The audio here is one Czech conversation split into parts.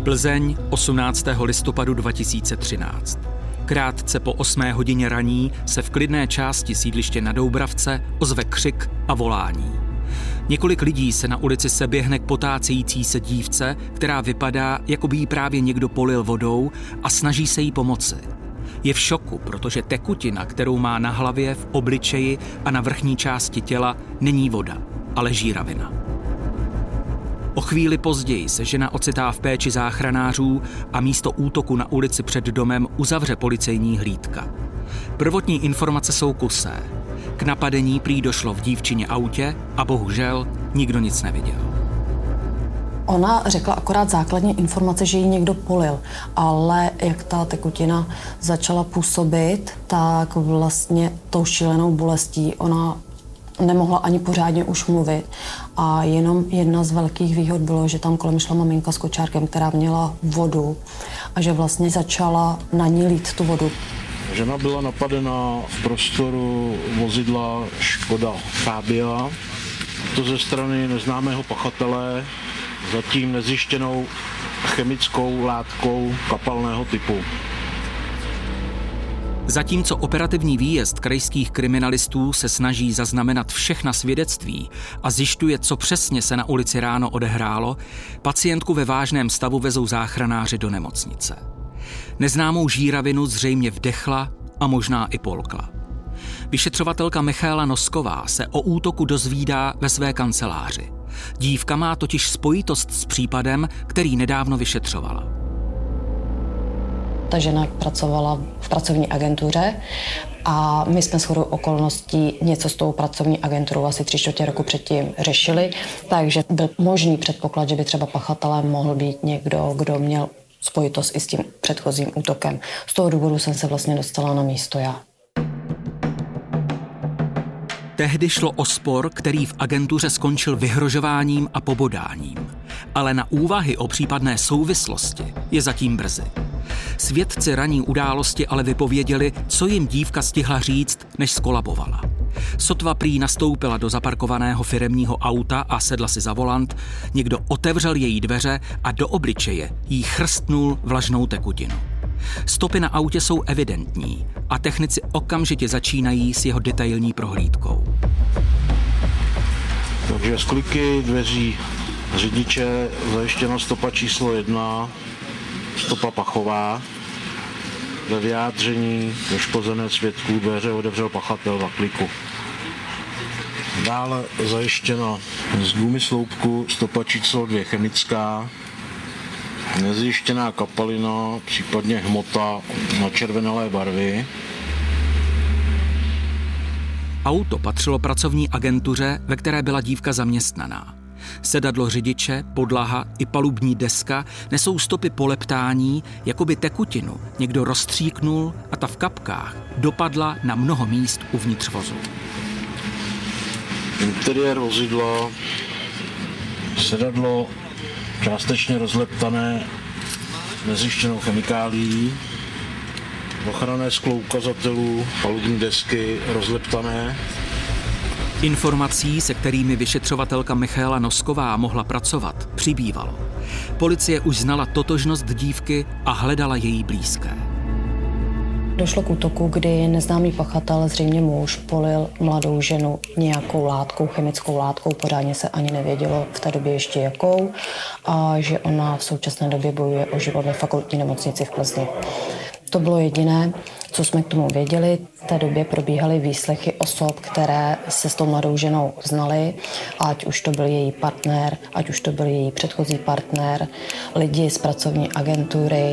Plzeň, 18. listopadu 2013. Krátce po 8 hodině raní se v klidné části sídliště na Doubravce ozve křik a volání. Několik lidí se na ulici seběhne k potácející se dívce, která vypadá, jako by jí právě někdo polil vodou a snaží se jí pomoci. Je v šoku, protože tekutina, kterou má na hlavě, v obličeji a na vrchní části těla, není voda, ale žíravina. O chvíli později se žena ocitá v péči záchranářů a místo útoku na ulici před domem uzavře policejní hlídka. Prvotní informace jsou kusé. K napadení prý došlo v dívčině autě a bohužel nikdo nic neviděl. Ona řekla akorát základní informace, že ji někdo polil, ale jak ta tekutina začala působit, tak vlastně tou šílenou bolestí ona nemohla ani pořádně už mluvit. A jenom jedna z velkých výhod bylo, že tam kolem šla maminka s kočárkem, která měla vodu a že vlastně začala na ní lít tu vodu. Žena byla napadena v prostoru vozidla Škoda Fabia, to ze strany neznámého pachatele, zatím nezjištěnou chemickou látkou kapalného typu. Zatímco operativní výjezd krajských kriminalistů se snaží zaznamenat všechna svědectví a zjišťuje, co přesně se na ulici ráno odehrálo, pacientku ve vážném stavu vezou záchranáři do nemocnice. Neznámou žíravinu zřejmě vdechla a možná i polkla. Vyšetřovatelka Michaela Nosková se o útoku dozvídá ve své kanceláři. Dívka má totiž spojitost s případem, který nedávno vyšetřovala. Ta žena pracovala v pracovní agentuře a my jsme shodou okolností něco s tou pracovní agenturou asi 3/4 roku předtím řešili, takže byl možný předpoklad, že by třeba pachatelem mohl být někdo, kdo měl spojitost i s tím předchozím útokem. Z toho důvodu jsem se vlastně dostala na místo já. Tehdy šlo o spor, který v agentuře skončil vyhrožováním a pobodáním. Ale na úvahy o případné souvislosti je zatím brzy. Svědci ranní události ale vypověděli, co jim dívka stihla říct, než skolabovala. Sotva prý nastoupila do zaparkovaného firemního auta a sedla si za volant, někdo otevřel její dveře a do obličeje jí chrstnul vlažnou tekutinu. Stopy na autě jsou evidentní a technici okamžitě začínají s jeho detailní prohlídkou. Takže z kliky dveří řidiče zajištěna stopa číslo 1, stopa pachová. Ve vyjádření poškozené svědků dveře otevřel pachatel na kliku. Dále zajištěna z gumy sloupku stopa číslo 2 chemická, nezjištěná kapalina, případně hmota na červenalé barvy. Auto patřilo pracovní agentuře, ve které byla dívka zaměstnaná. Sedadlo řidiče, podlaha i palubní deska nesou stopy poleptání, jako by tekutinu někdo rozstříknul a ta v kapkách dopadla na mnoho míst uvnitř vozu. Interiér vozidla, sedadlo částečně rozleptané nezjištěnou chemikálií, ochranné sklo ukazatelů, palubní desky rozleptané. Informací, se kterými vyšetřovatelka Michaela Nosková mohla pracovat, přibývalo. Policie už znala totožnost dívky a hledala její blízké. Došlo k útoku, kdy neznámý pachatel, zřejmě muž, polil mladou ženu nějakou látkou, chemickou látkou, pořádně se ani nevědělo v té době ještě jakou, a že ona v současné době bojuje o život ve fakultní nemocnici v Plzni. To bylo jediné, co jsme k tomu věděli. V té době probíhaly výslechy osob, které se s tou mladou ženou znaly, ať už to byl její partner, ať už to byl její předchozí partner, lidi z pracovní agentury.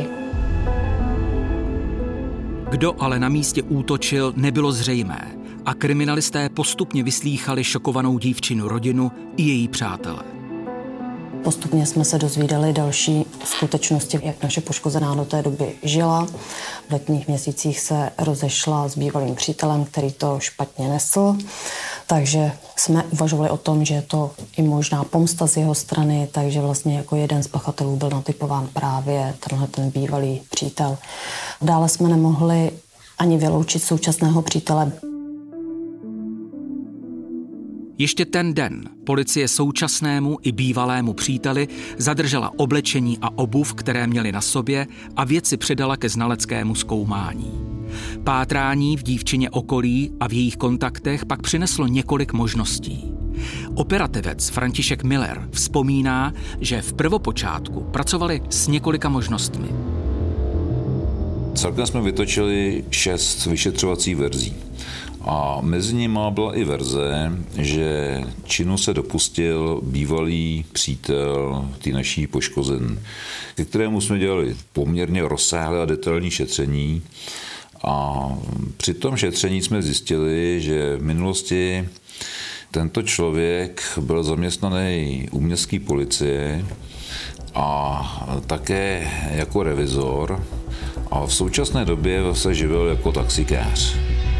Kdo ale na místě útočil, nebylo zřejmé a kriminalisté postupně vyslýchali šokovanou dívčinu rodinu i její přátele. Postupně jsme se dozvídali další skutečnosti, jak naše poškozená do té doby žila. V letních měsících se rozešla s bývalým přítelem, který to špatně nesl. Takže jsme uvažovali o tom, že je to i možná pomsta z jeho strany, takže vlastně jako jeden z pachatelů byl natypován právě ten bývalý přítel. Dále jsme nemohli ani vyloučit současného přítele. Ještě ten den policie současnému i bývalému příteli zadržela oblečení a obuv, které měli na sobě, a věci předala ke znaleckému zkoumání. Pátrání v dívčině okolí a v jejich kontaktech pak přineslo několik možností. Operativec František Miller vzpomíná, že v prvopočátku pracovali s několika možnostmi. Celkem jsme vytočili 6 vyšetřovacích verzí. A mezi nimi byla i verze, že činu se dopustil bývalý přítel té naší poškozené, ke kterému jsme dělali poměrně rozsáhlé a detailní šetření. A při tom šetření jsme zjistili, že v minulosti tento člověk byl zaměstnaný u městské policie a také jako revizor a v současné době se živil jako taxikář.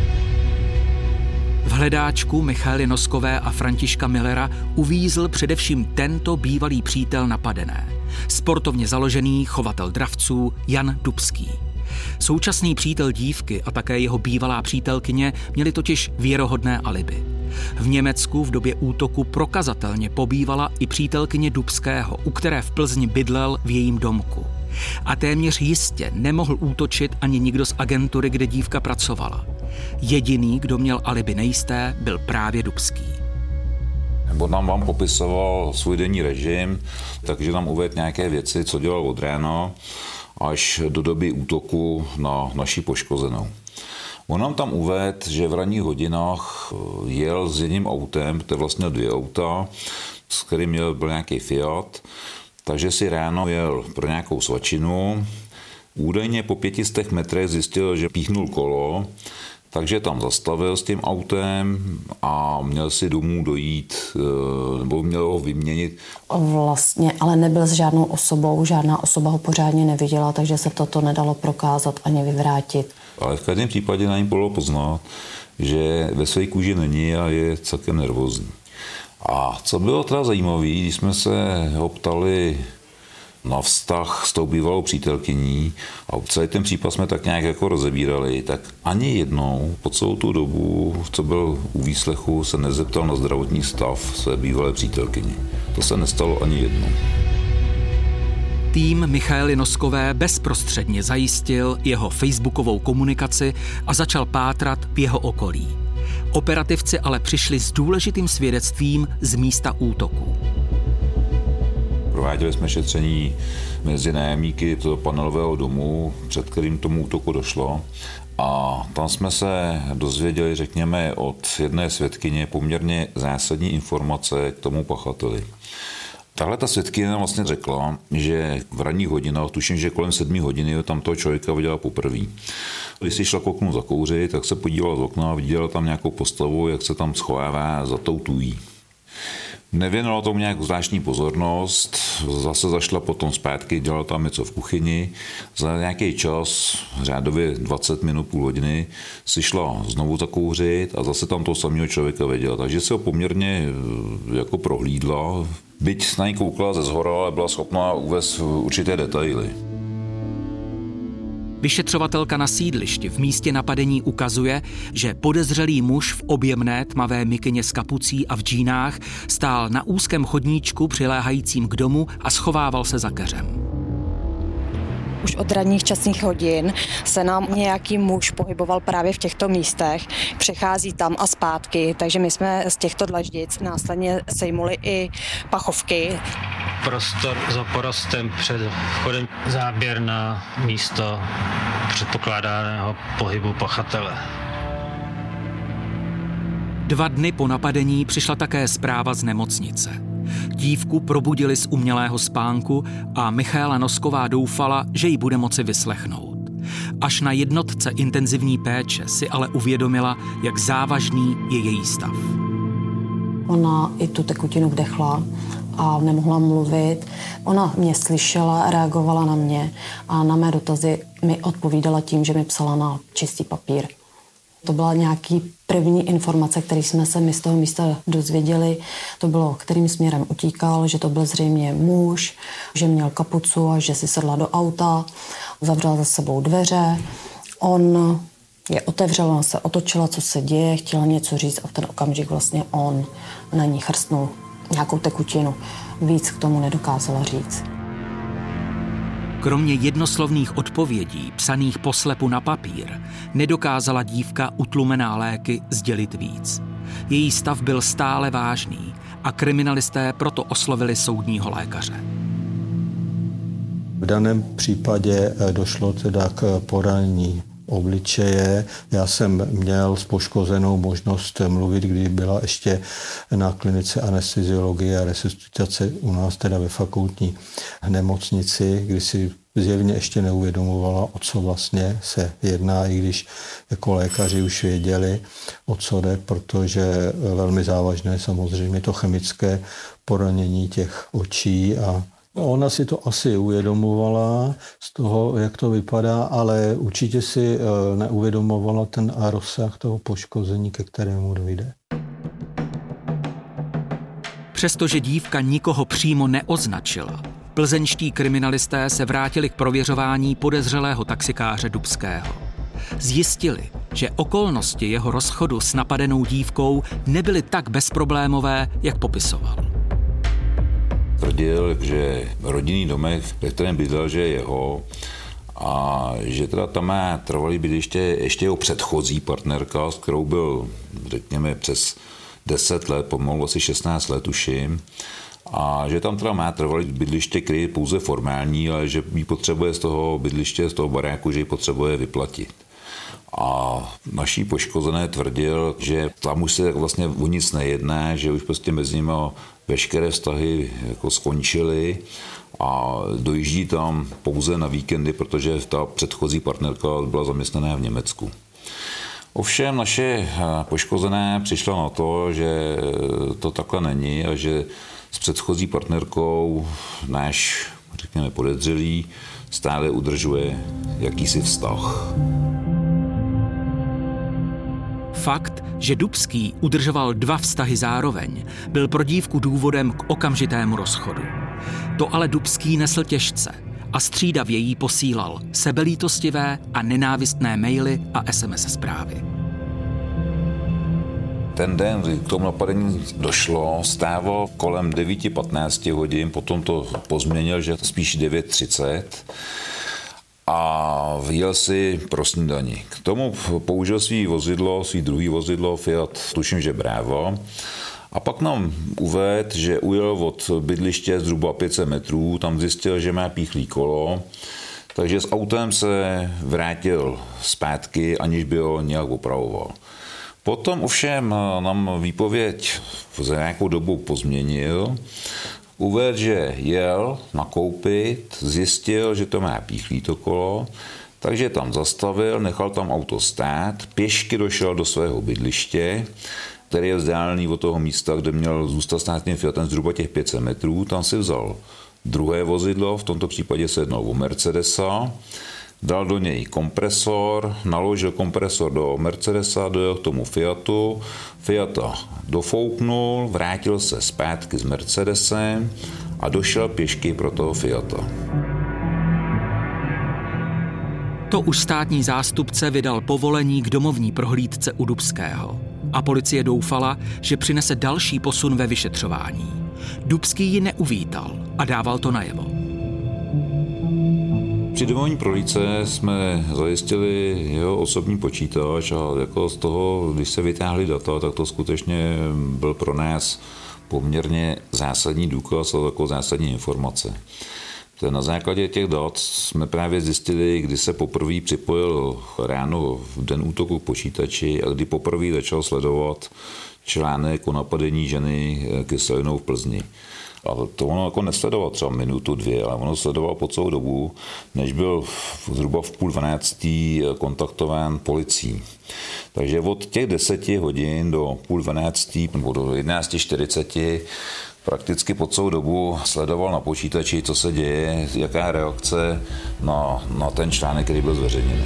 V hledáčku Michaely Noskové a Františka Millera uvízl především tento bývalý přítel napadené. Sportovně založený chovatel dravců Jan Dubský. Současný přítel dívky a také jeho bývalá přítelkyně měli totiž věrohodné alibi. V Německu v době útoku prokazatelně pobývala i přítelkyně Dubského, u které v Plzni bydlel v jejím domku. A téměř jistě nemohl útočit ani nikdo z agentury, kde dívka pracovala. Jediný, kdo měl alibi nejisté, byl právě Dubský. On nám vám popisoval svůj denní režim, takže nám uvedl nějaké věci, co dělal od rána až do doby útoku na naši poškozenou. On nám tam uvedl, že v ranních hodinách jel s jedním autem, to je vlastně 2 auta, s kterým byl nějaký Fiat, takže si ráno jel pro nějakou svačinu. Údajně po 500 metrech zjistil, že píchnul kolo, takže tam zastavil s tím autem a měl si domů dojít, nebo měl ho vyměnit. Vlastně, ale nebyl s žádnou osobou, žádná osoba ho pořádně neviděla, takže se toto nedalo prokázat ani vyvrátit. Ale v každém případě na něm bylo poznat, že ve své kůži není a je celkem nervózní. A co bylo teda zajímavé, když jsme se ho ptali na vztah s tou bývalou přítelkyní a celý ten případ jsme tak nějak jako rozebírali, tak ani jednou po celou tu dobu, co byl u výslechu, se nezeptal na zdravotní stav své bývalé přítelkyni. To se nestalo ani jednou. Tým Michaely Noskové bezprostředně zajistil jeho facebookovou komunikaci a začal pátrat v jeho okolí. Operativci ale přišli s důležitým svědectvím z místa útoku. Prováděli jsme šetření mezi nájemníky toho panelového domu, před kterým tomu útoku došlo. A tam jsme se dozvěděli, řekněme, od jedné svědkyně poměrně zásadní informace k tomu pachateli. Tahle ta svědkyně nám vlastně řekla, že v ranních hodinách, tuším, že kolem 7 hodiny, tam toho člověka viděla poprvé. Když si šla k oknu zakouřit, tak se podívala z okna a viděla tam nějakou postavu, jak se tam schovává za tou tují. Nevěnovala tomu nějak zvláštní pozornost, zase zašla potom zpátky, dělala tam něco v kuchyni. Za nějaký čas, řádově 20 minut, půl hodiny, si šla znovu zakouřit a zase tam toho samého člověka viděla. Takže se ho poměrně jako prohlídla, byť na ní koukala ze zhora, ale byla schopná uvést určité detaily. Vyšetřovatelka na sídlišti v místě napadení ukazuje, že podezřelý muž v objemné tmavé mikině s kapucí a v džínách stál na úzkém chodníčku přiléhajícím k domu a schovával se za keřem. Už od ranních časných hodin se nám nějaký muž pohyboval právě v těchto místech, přechází tam a zpátky, takže my jsme z těchto dlaždic následně sejmuli i pachovky. Prostor za porostem před vchodem, záběr na místo předpokládaného pohybu pachatele. 2 dny po napadení přišla také zpráva z nemocnice. Dívku probudili z umělého spánku a Michaela Nosková doufala, že ji bude moci vyslechnout. Až na jednotce intenzivní péče si ale uvědomila, jak závažný je její stav. Ona i tu tekutinu vdechla a nemohla mluvit. Ona mě slyšela, reagovala na mě a na mé dotazy mi odpovídala tím, že mi psala na čistý papír. To byla nějaký první informace, které jsme se my z toho místa dozvěděli. To bylo, kterým směrem utíkal, že to byl zřejmě muž, že měl kapucu a že si sedla do auta, zavřela za sebou dveře. On Je otevřela, se otočila, co se děje, chtěla něco říct a v ten okamžik vlastně on na ní chrstnul nějakou tekutinu. Víc k tomu nedokázala říct. Kromě jednoslovných odpovědí, psaných poslepu na papír, nedokázala dívka utlumená léky sdělit víc. Její stav byl stále vážný a kriminalisté proto oslovili soudního lékaře. V daném případě došlo teda k poranění obličeje. Já jsem měl s poškozenou možnost mluvit, kdy byla ještě na klinice anesteziologie a resuscitace u nás teda ve fakultní nemocnici, kdy si zjevně ještě neuvědomovala, o co vlastně se jedná, i když jako lékaři už věděli, o co jde, protože velmi závažné samozřejmě to chemické poranění těch očí a ona si to asi uvědomovala z toho, jak to vypadá, ale určitě si neuvědomovala ten rozsah toho poškození, ke kterému dojde. Přestože dívka nikoho přímo neoznačila, plzeňští kriminalisté se vrátili k prověřování podezřelého taxikáře Dubského. Zjistili, že okolnosti jeho rozchodu s napadenou dívkou nebyly tak bezproblémové, jak popisoval. Tvrdil, že rodinný domek, ve kterém bydlel, že je jeho a že teda tam má trvalý bydliště ještě jeho předchozí partnerka, s kterou byl, řekněme, přes 10 let, pomalu asi 16 let tuším, a že tam teda má trvalý bydliště, který je pouze formální, ale že ji potřebuje z toho bydliště, z toho baráku, že ji potřebuje vyplatit. A naší poškozené tvrdil, že tam už se vlastně o nic nejedná, že už prostě mezi nimi veškeré vztahy jako skončily a dojíždí tam pouze na víkendy, protože ta předchozí partnerka byla zaměstnaná v Německu. Ovšem naše poškozené přišla na to, že to takhle není a že s předchozí partnerkou náš, řekněme, podezřelý stále udržuje jakýsi vztah. Fakt, že Dubský udržoval 2 vztahy zároveň, byl pro dívku důvodem k okamžitému rozchodu. To ale Dubský nesl těžce a střídavě jí posílal sebelítostivé a nenávistné maily a SMS zprávy. Ten den, kdy k tomu napadení došlo, stával kolem 9:15 hodin, potom to pozměnil, že spíš 9:30 a jel si pro snídani. K tomu použil svý druhý vozidlo Fiat, tuším, že Bravo. A pak nám uvedl, že ujel od bydliště zhruba 500 metrů, tam zjistil, že má píchlý kolo, takže s autem se vrátil zpátky, aniž by ho nějak opravoval. Potom ovšem nám výpověď za nějakou dobu pozměnil, uvedl, že jel nakoupit, zjistil, že to má píchlý to kolo, takže tam zastavil, nechal tam auto stát, pěšky došel do svého bydliště, který je vzdálený od toho místa, kde měl zůstat stát tím Fiatem zhruba těch 500 metrů, tam si vzal druhé vozidlo, v tomto případě se jednalo o Mercedesa, dal do něj kompresor, naložil kompresor do Mercedesa, dojel k tomu Fiatu, Fiata dofouknul, vrátil se zpátky s Mercedesem a došel pěšky pro toho Fiata. To už státní zástupce vydal povolení k domovní prohlídce u Dubského. A policie doufala, že přinese další posun ve vyšetřování. Dubský ji neuvítal a dával to najevo. Při domovní prohlídce jsme zajistili jeho osobní počítač a jako z toho, když se vytáhly data, tak to skutečně byl pro nás poměrně zásadní důkaz a jako zásadní informace. Na základě těch dat jsme právě zjistili, kdy se poprvé připojil ráno v den útoku k počítači a kdy poprvé začal sledovat článek o napadení ženy kyselinou v Plzni. A to ono jako nesledoval třeba minutu, 2, ale ono sledoval po celou dobu, než byl zhruba v 11:30 kontaktován policií. Takže od těch 10 hodin do 11:30 nebo do 11:40 prakticky po celou dobu sledoval na počítači, co se děje, jaká reakce na ten článek, který byl zveřejněný.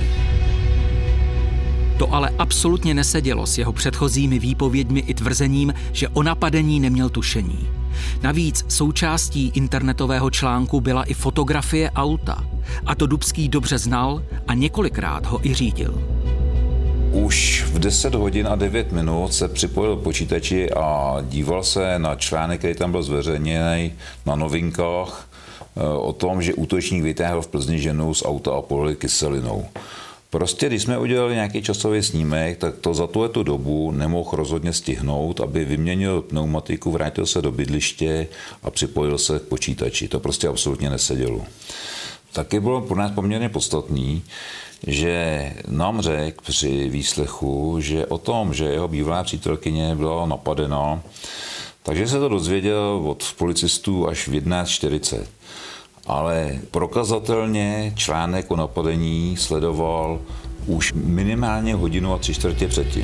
To ale absolutně nesedělo s jeho předchozími výpověďmi i tvrzením, že o napadení neměl tušení. Navíc součástí internetového článku byla i fotografie auta. A to Dubský dobře znal a několikrát ho i řídil. Už v 10 hodin a 9 minut se připojil k počítači a díval se na článek, který tam byl zveřejněný na Novinkách o tom, že útočník vytáhl v Plzni ženu z auta a polil kyselinou. Prostě, když jsme udělali nějaký časový snímek, tak to za tu dobu nemohl rozhodně stihnout, aby vyměnil pneumatiku, vrátil se do bydliště a připojil se k počítači. To prostě absolutně nesedělo. Taky bylo pro nás poměrně podstatný, že nám řekl při výslechu, že o tom, že jeho bývalá přítelkyně byla napadena, takže se to dozvěděl od policistů až v 11:40. Ale prokazatelně článek o napadení sledoval už minimálně hodinu a 3/4 předtím.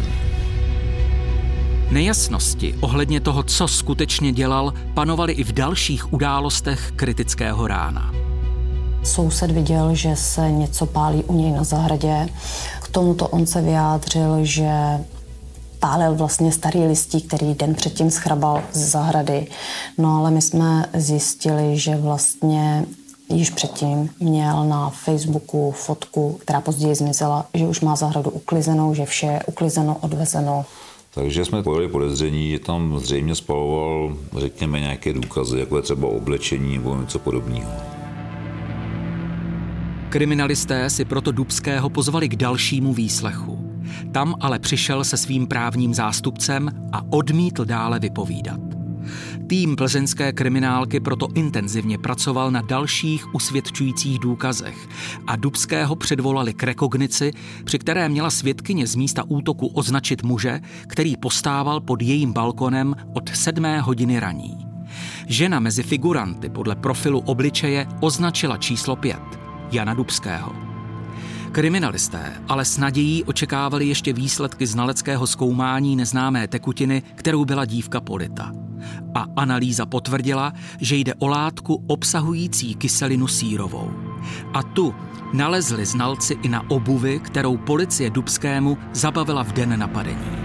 Nejasnosti ohledně toho, co skutečně dělal, panovaly i v dalších událostech kritického rána. Soused viděl, že se něco pálí u něj na zahradě. K tomuto on se vyjádřil, že pálil vlastně starý listí, který den předtím schrabal z zahrady. No ale my jsme zjistili, že vlastně již předtím měl na Facebooku fotku, která později zmizela, že už má zahradu uklizenou, že vše je uklizeno, odvezeno. Takže jsme pojeli podezření, že tam zřejmě spaloval, řekněme, nějaké důkazy, jako je třeba oblečení nebo něco podobného. Kriminalisté si proto Dubského pozvali k dalšímu výslechu. Tam ale přišel se svým právním zástupcem a odmítl dále vypovídat. Tým plzeňské kriminálky proto intenzivně pracoval na dalších usvědčujících důkazech a Dubského předvolali k rekognici, při které měla svědkyně z místa útoku označit muže, který postával pod jejím balkonem od 7 hodiny raní. Žena mezi figuranty podle profilu obličeje označila číslo 5, Jana Dubského. Kriminalisté ale s nadějí očekávali ještě výsledky znaleckého zkoumání neznámé tekutiny, kterou byla dívka polita. A analýza potvrdila, že jde o látku obsahující kyselinu sírovou. A tu nalezli znalci i na obuvi, kterou policie Dubskému zabavila v den napadení.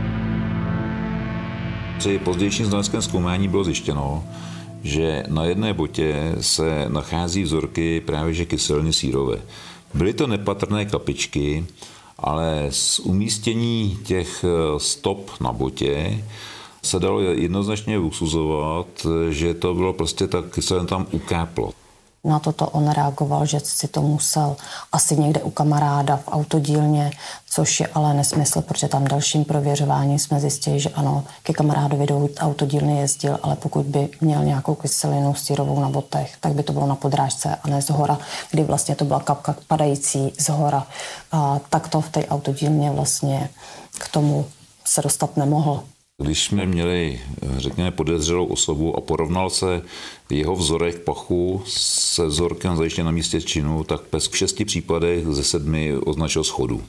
Při pozdějším znaleckém zkoumání bylo zjištěno, že na jedné botě se nachází vzorky právě že kyseliny sírové. Byly to nepatrné kapičky, ale z umístění těch stop na botě se dalo jednoznačně usuzovat, že to bylo prostě ta kyselina tam ukáplo. Na toto on reagoval, že si to musel asi někde u kamaráda v autodílně, což je ale nesmysl, protože tam dalším prověřováním jsme zjistili, že ano, ke kamarádovi do autodílny jezdil, ale pokud by měl nějakou kyselinu sírovou na botech, tak by to bylo na podrážce a ne z hora, kdy vlastně to byla kapka padající z hora. A tak to v té autodílně vlastně k tomu se dostat nemohl. Když jsme měli, řekněme, podezřelou osobu a porovnal se jeho vzorek pachu se vzorkem zajištěn na místě činu, tak pes v 6 případech ze 7 označil shodu.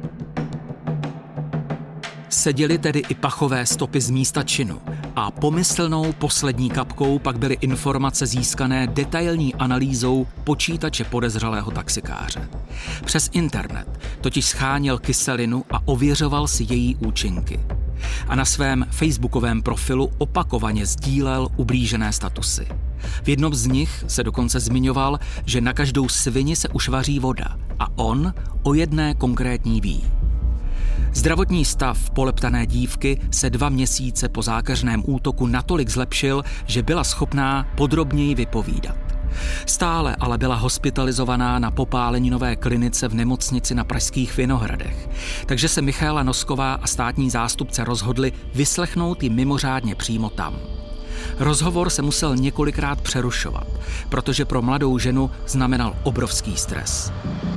Seděly tedy i pachové stopy z místa činu a pomyslnou poslední kapkou pak byly informace získané detailní analýzou počítače podezřelého taxikáře. Přes internet totiž scháněl kyselinu a ověřoval si její účinky. A na svém facebookovém profilu opakovaně sdílel ublížené statusy. V jednom z nich se dokonce zmiňoval, že na každou svini se už vaří voda a on o jedné konkrétní ví. Zdravotní stav poleptané dívky se 2 měsíce po zákeřném útoku natolik zlepšil, že byla schopná podrobněji vypovídat. Stále ale byla hospitalizovaná na popáleninové klinice v nemocnici na pražských Vinohradech, takže se Michaela Nosková a státní zástupce rozhodli vyslechnout ji mimořádně přímo tam. Rozhovor se musel několikrát přerušovat, protože pro mladou ženu znamenal obrovský stres.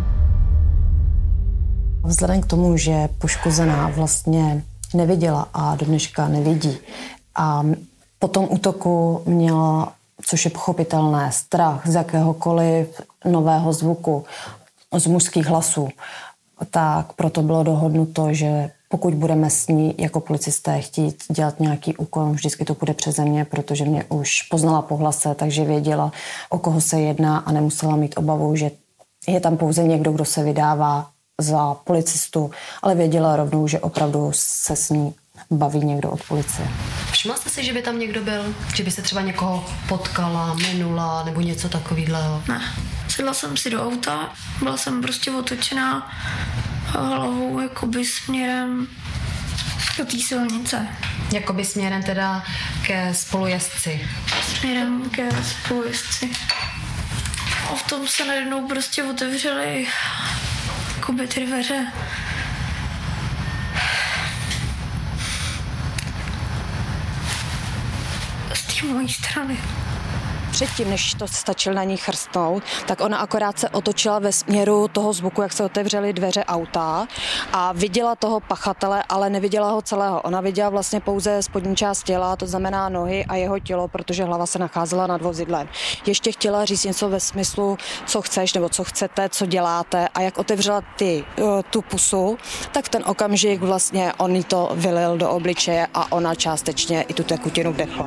Vzhledem k tomu, že poškozená vlastně neviděla a do dneška nevidí a po tom útoku měla, což je pochopitelné, strach z jakéhokoliv nového zvuku, z mužských hlasů, tak proto bylo dohodnuto, že pokud budeme s ní jako policisté chtít dělat nějaký úkon, vždycky to půjde přeze mě, protože mě už poznala po hlase, takže věděla, o koho se jedná a nemusela mít obavu, že je tam pouze někdo, kdo se vydává za policistu, ale věděla rovnou, že opravdu se s ní baví někdo od policie. Všimla jste si, že by tam někdo byl? Že by se třeba někoho potkala, minula nebo něco takového? Ne. Sedla jsem si do auta, byla jsem prostě otočená hlavou jakoby směrem do té silnice. Jakoby směrem teda ke spolujezdci. Směrem ke spolujezdci. A v tom se najednou prostě otevřely jakoby ty dveře. Z té mojí strany. Předtím, než to stačil na ní chrstnout, tak ona akorát se otočila ve směru toho zvuku, jak se otevřely dveře auta a viděla toho pachatele, ale neviděla ho celého. Ona viděla vlastně pouze spodní část těla, to znamená nohy a jeho tělo, protože hlava se nacházela nad vozidlem. Ještě chtěla říct něco ve smyslu, co chceš nebo co chcete, co děláte, a jak otevřela tu pusu, tak ten okamžik vlastně on jí to vylil do obličeje a ona částečně i tu tekutinu vdechla.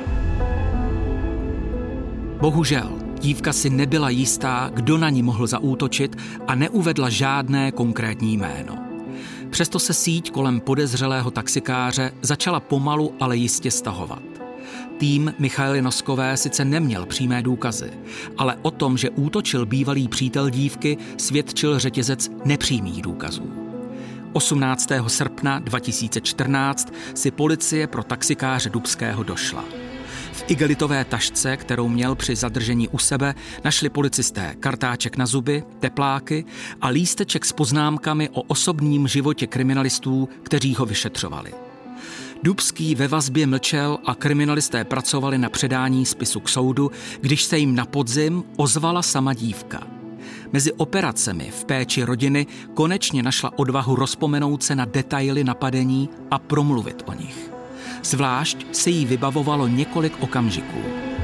Bohužel, dívka si nebyla jistá, kdo na ní mohl zaútočit a neuvedla žádné konkrétní jméno. Přesto se síť kolem podezřelého taxikáře začala pomalu, ale jistě stahovat. Tým Michaely Noskové sice neměl přímé důkazy, ale o tom, že útočil bývalý přítel dívky, svědčil řetězec nepřímých důkazů. 18. srpna 2014 si policie pro taxikáře Dubského došla. V igelitové tašce, kterou měl při zadržení u sebe, našli policisté kartáček na zuby, tepláky a lísteček s poznámkami o osobním životě kriminalistů, kteří ho vyšetřovali. Dubský ve vazbě mlčel a kriminalisté pracovali na předání spisu k soudu, když se jim na podzim ozvala sama dívka. Mezi operacemi v péči rodiny konečně našla odvahu rozpomenout se na detaily napadení a promluvit o nich. Zvlášť se jí vybavovalo několik okamžiků.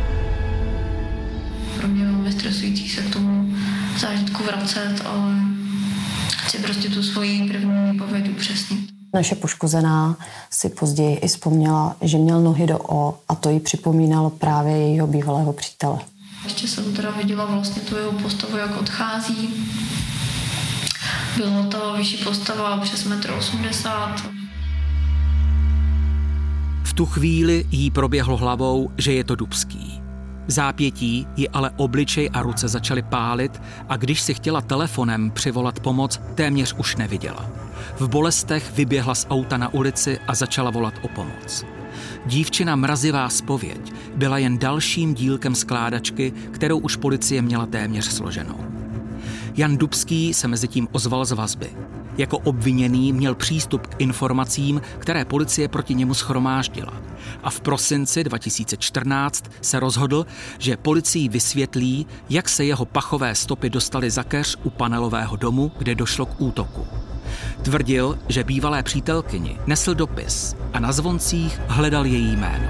Pro mě velmi stresující se k tomu zážitku vracet, ale chci prostě tu svoji první výpověď upřesnit. Naše poškozená si později i vzpomněla, že měl nohy do O a to jí připomínalo právě jejího bývalého přítele. Ještě jsem teda viděla vlastně tu jeho postavu, jak odchází. Bylo to vyšší postava přes 1,80 m. V tu chvíli jí proběhlo hlavou, že je to Dubský. V zápětí ji ale obličej a ruce začaly pálit a když si chtěla telefonem přivolat pomoc, téměř už neviděla. V bolestech vyběhla z auta na ulici a začala volat o pomoc. Dívčina mrazivá zpověď byla jen dalším dílkem skládačky, kterou už policie měla téměř složenou. Jan Dubský se mezitím ozval z vazby. Jako obviněný měl přístup k informacím, které policie proti němu shromáždila. A v prosinci 2014 se rozhodl, že policii vysvětlí, jak se jeho pachové stopy dostaly za keř u panelového domu, kde došlo k útoku. Tvrdil, že bývalé přítelkyni nesl dopis a na zvoncích hledal její jméno.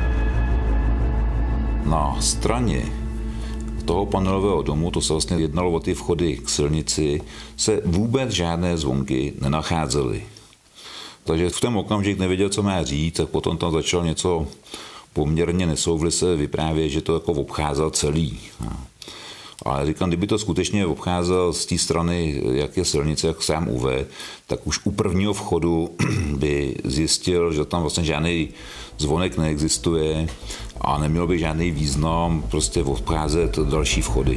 Na straně toho panelového domu, to se vlastně jednalo o ty vchody k silnici, se vůbec žádné zvonky nenacházely. Takže v ten okamžik nevěděl, co má říct, tak potom tam začal něco poměrně nesouvisle vyprávět, že to jako obcházel celý. Ale říkám, kdyby to skutečně obcházel z té strany, jak je silnice, jak sám uvedl, tak už u prvního vchodu by zjistil, že tam vlastně žádný zvonek neexistuje a nemělo by žádný význam prostě obcházet další vchody.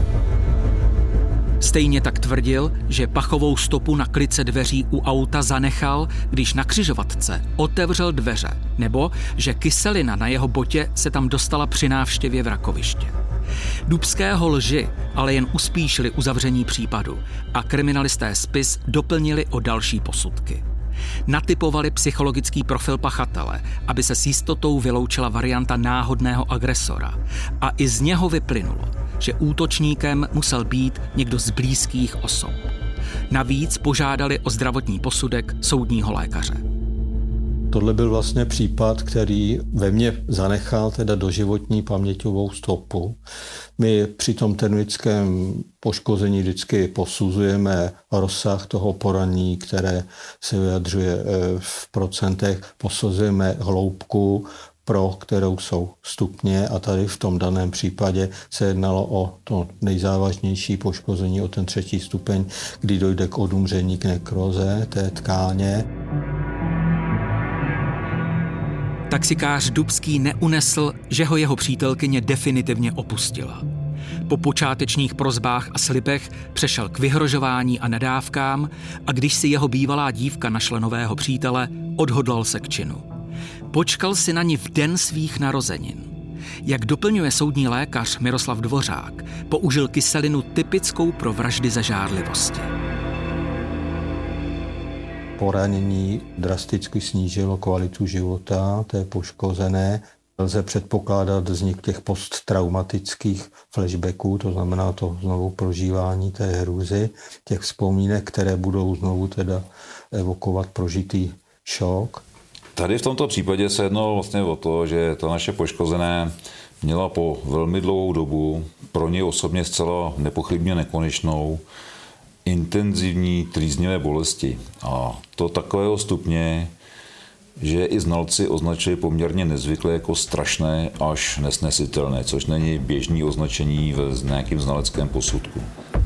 Stejně tak tvrdil, že pachovou stopu na klice dveří u auta zanechal, když na křižovatce otevřel dveře, nebo že kyselina na jeho botě se tam dostala při návštěvě vrakoviště. Dubského lži ale jen uspíšili uzavření případu a kriminalisté spis doplnili o další posudky. Natypovali psychologický profil pachatele, aby se s jistotou vyloučila varianta náhodného agresora. A i z něho vyplynulo, že útočníkem musel být někdo z blízkých osob. Navíc požádali o zdravotní posudek soudního lékaře. Tohle byl vlastně případ, který ve mně zanechal teda doživotní paměťovou stopu. My při tom termickém poškození vždycky posuzujeme rozsah toho poranění, které se vyjadřuje v procentech, posuzujeme hloubku, pro kterou jsou stupně a tady v tom daném případě se jednalo o to nejzávažnější poškození, o ten 3. stupeň, kdy dojde k odumření, k nekroze té tkáně. Taxikář Dubský neunesl, že ho jeho přítelkyně definitivně opustila. Po počátečních prosbách a slibech přešel k vyhrožování a nadávkám a když si jeho bývalá dívka našla nového přítele, odhodlal se k činu. Počkal si na ni v den svých narozenin. Jak doplňuje soudní lékař Miroslav Dvořák, použil kyselinu typickou pro vraždy ze žárlivosti. Poranění drasticky snížilo kvalitu života té poškozené. Lze předpokládat vznik těch posttraumatických flashbacků, to znamená to znovu prožívání té hrůzy, těch vzpomínek, které budou znovu teda evokovat prožitý šok. Tady v tomto případě se jednalo vlastně o to, že ta naše poškozená měla po velmi dlouhou dobu, pro něj osobně zcela nepochybně nekonečnou, intenzivní trýznivé bolesti. A to takového stupně, že i znalci označili poměrně nezvykle jako strašné až nesnesitelné, což není běžné označení v nějakém znaleckém posudku.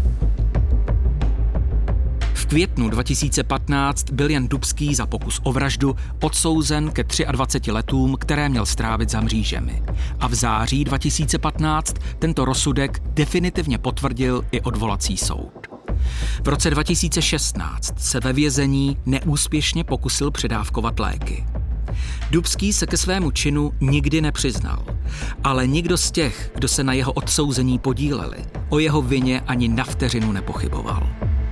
V květnu 2015 byl Jan Dubský za pokus o vraždu odsouzen ke 23 letům, které měl strávit za mřížemi. A v září 2015 tento rozsudek definitivně potvrdil i odvolací soud. V roce 2016 se ve vězení neúspěšně pokusil předávkovat léky. Dubský se ke svému činu nikdy nepřiznal, ale nikdo z těch, kdo se na jeho odsouzení podíleli, o jeho vině ani na vteřinu nepochyboval.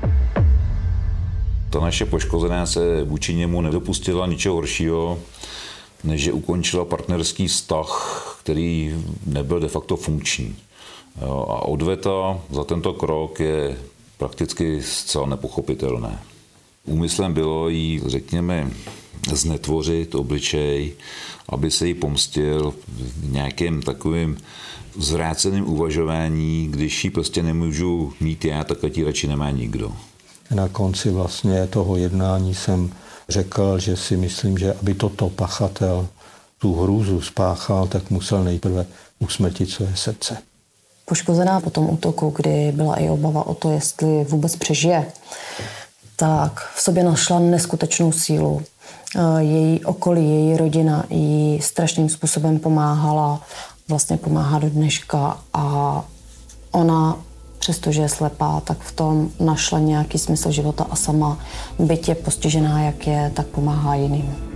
Ta naše poškozená se vůči němu nedopustila ničeho horšího, než že ukončila partnerský vztah, který nebyl de facto funkční. A odveta za tento krok je prakticky zcela nepochopitelné. Úmyslem bylo jí, řekněme, znetvořit obličej, aby se jí pomstil v nějakém takovým zvráceným uvažování, když ji prostě nemůžu mít já, tak ať ji radši nemá nikdo. Na konci vlastně toho jednání jsem řekl, že si myslím, že aby toto pachatel tu hrůzu spáchal, tak musel nejprve usmrtit své srdce. Poškozená po tom útoku, kdy byla i obava o to, jestli vůbec přežije, tak v sobě našla neskutečnou sílu. Její okolí, její rodina jí strašným způsobem pomáhala, vlastně pomáhá do dneška a ona, přestože je slepá, tak v tom našla nějaký smysl života a sama, byť je postižená, jak je, tak pomáhá jiným.